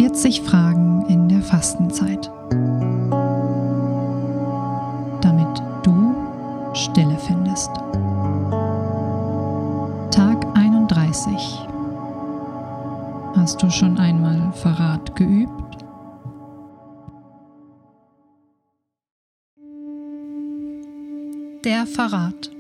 40 Fragen in der Fastenzeit, damit du Stille findest. Tag 31. Hast du schon einmal Verrat geübt? Der Verrat.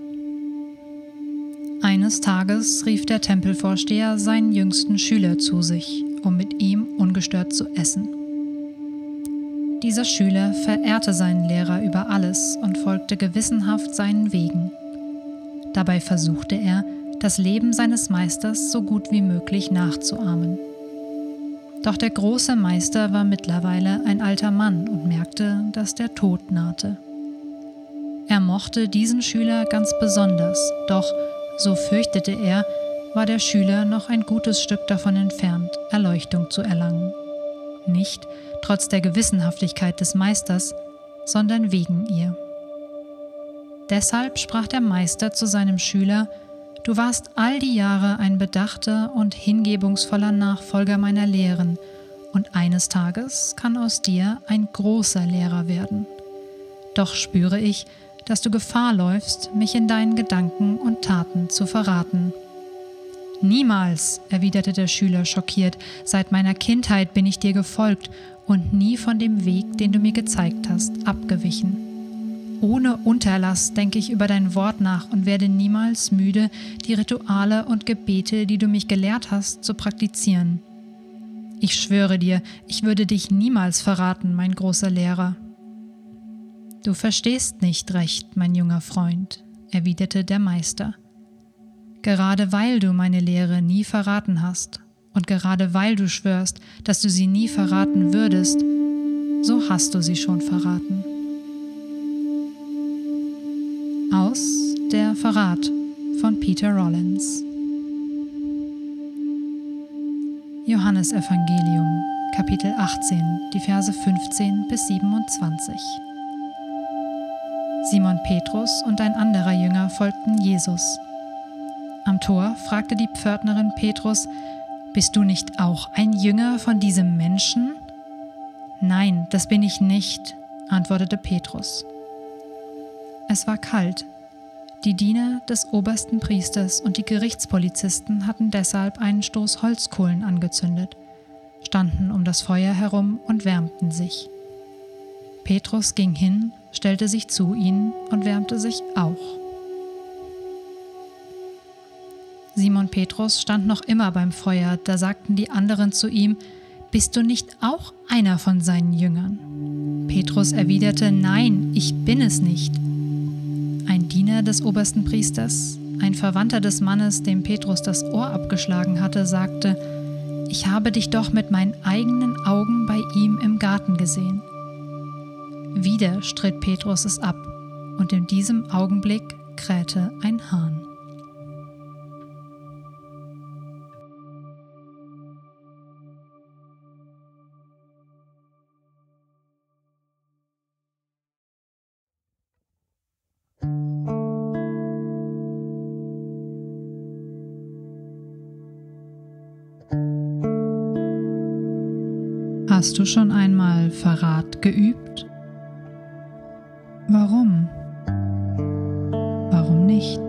Eines Tages rief der Tempelvorsteher seinen jüngsten Schüler zu sich, um mit ihm ungestört zu essen. Dieser Schüler verehrte seinen Lehrer über alles und folgte gewissenhaft seinen Wegen. Dabei versuchte er, das Leben seines Meisters so gut wie möglich nachzuahmen. Doch der große Meister war mittlerweile ein alter Mann und merkte, dass der Tod nahte. Er mochte diesen Schüler ganz besonders, doch, so fürchtete er, war der Schüler noch ein gutes Stück davon entfernt, Erleuchtung zu erlangen. Nicht trotz der Gewissenhaftigkeit des Meisters, sondern wegen ihr. Deshalb sprach der Meister zu seinem Schüler: Du warst all die Jahre ein bedachter und hingebungsvoller Nachfolger meiner Lehren, und eines Tages kann aus dir ein großer Lehrer werden. Doch spüre ich, dass du Gefahr läufst, mich in deinen Gedanken und Taten zu verraten. Niemals, erwiderte der Schüler schockiert, seit meiner Kindheit bin ich dir gefolgt und nie von dem Weg, den du mir gezeigt hast, abgewichen. Ohne Unterlass denke ich über dein Wort nach und werde niemals müde, die Rituale und Gebete, die du mich gelehrt hast, zu praktizieren. Ich schwöre dir, ich würde dich niemals verraten, mein großer Lehrer. Du verstehst nicht recht, mein junger Freund, erwiderte der Meister. Gerade weil du meine Lehre nie verraten hast und gerade weil du schwörst, dass du sie nie verraten würdest, so hast du sie schon verraten. Aus Der Verrat von Peter Rollins. Johannesevangelium, Kapitel 18, die Verse 15 bis 27. Simon Petrus und ein anderer Jünger folgten Jesus. Am Tor fragte die Pförtnerin Petrus: Bist du nicht auch ein Jünger von diesem Menschen? Nein, das bin ich nicht, antwortete Petrus. Es war kalt. Die Diener des obersten Priesters und die Gerichtspolizisten hatten deshalb einen Stoß Holzkohlen angezündet, standen um das Feuer herum und wärmten sich. Petrus ging hin, stellte sich zu ihnen und wärmte sich auch. Simon Petrus stand noch immer beim Feuer, da sagten die anderen zu ihm: Bist du nicht auch einer von seinen Jüngern? Petrus erwiderte: Nein, ich bin es nicht. Ein Diener des obersten Priesters, ein Verwandter des Mannes, dem Petrus das Ohr abgeschlagen hatte, sagte: Ich habe dich doch mit meinen eigenen Augen bei ihm im Garten gesehen. Wieder stritt Petrus es ab, und in diesem Augenblick krähte ein Hahn. Hast du schon einmal Verrat geübt? Warum? Warum nicht?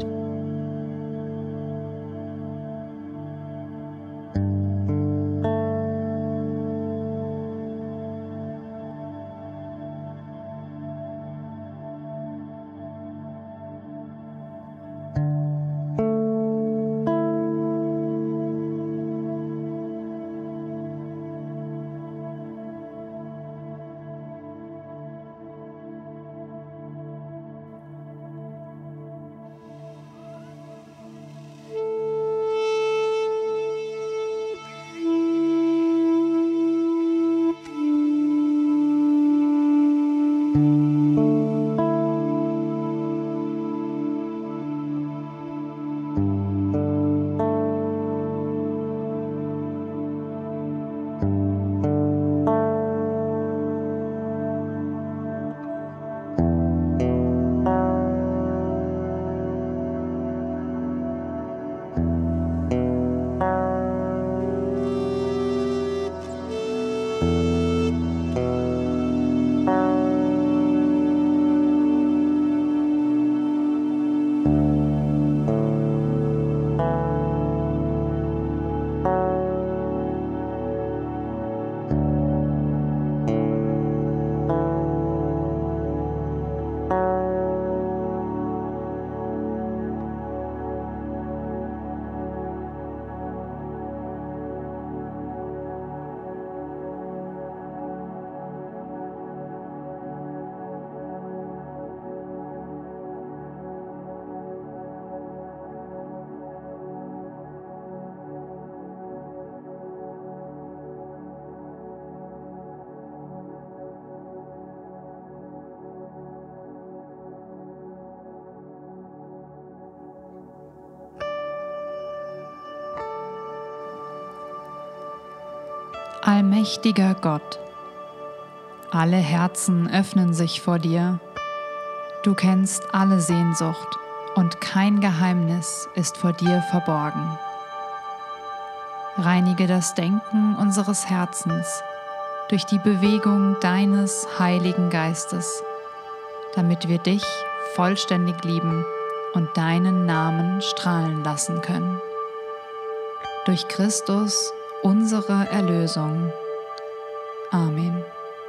Allmächtiger Gott, alle Herzen öffnen sich vor dir. Du kennst alle Sehnsucht und kein Geheimnis ist vor dir verborgen. Reinige das Denken unseres Herzens durch die Bewegung deines Heiligen Geistes, damit wir dich vollständig lieben und deinen Namen strahlen lassen können. Durch Christus, unsere Erlösung. Amen.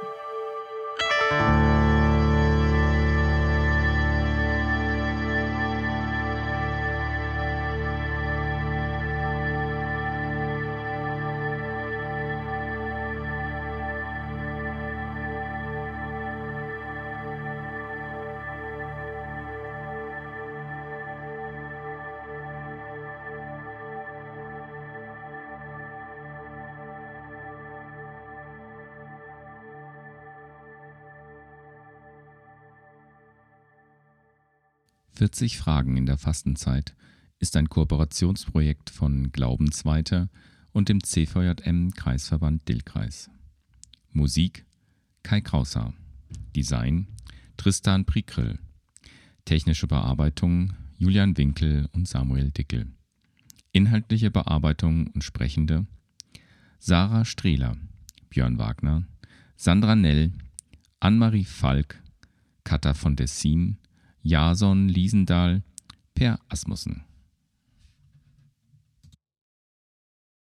»40 Fragen in der Fastenzeit« ist ein Kooperationsprojekt von Glaubensweiter und dem CVJM Kreisverband Dillkreis. Musik Kai Krauser. Design Tristan Prikryl. Technische Bearbeitung Julian Winkel und Samuel Dickel. Inhaltliche Bearbeitung und Sprechende Sarah Strehler, Björn Wagner, Sandra Nell, Annemarie Falk, Katha von Dessin, Jason Liesendahl, Per Asmussen.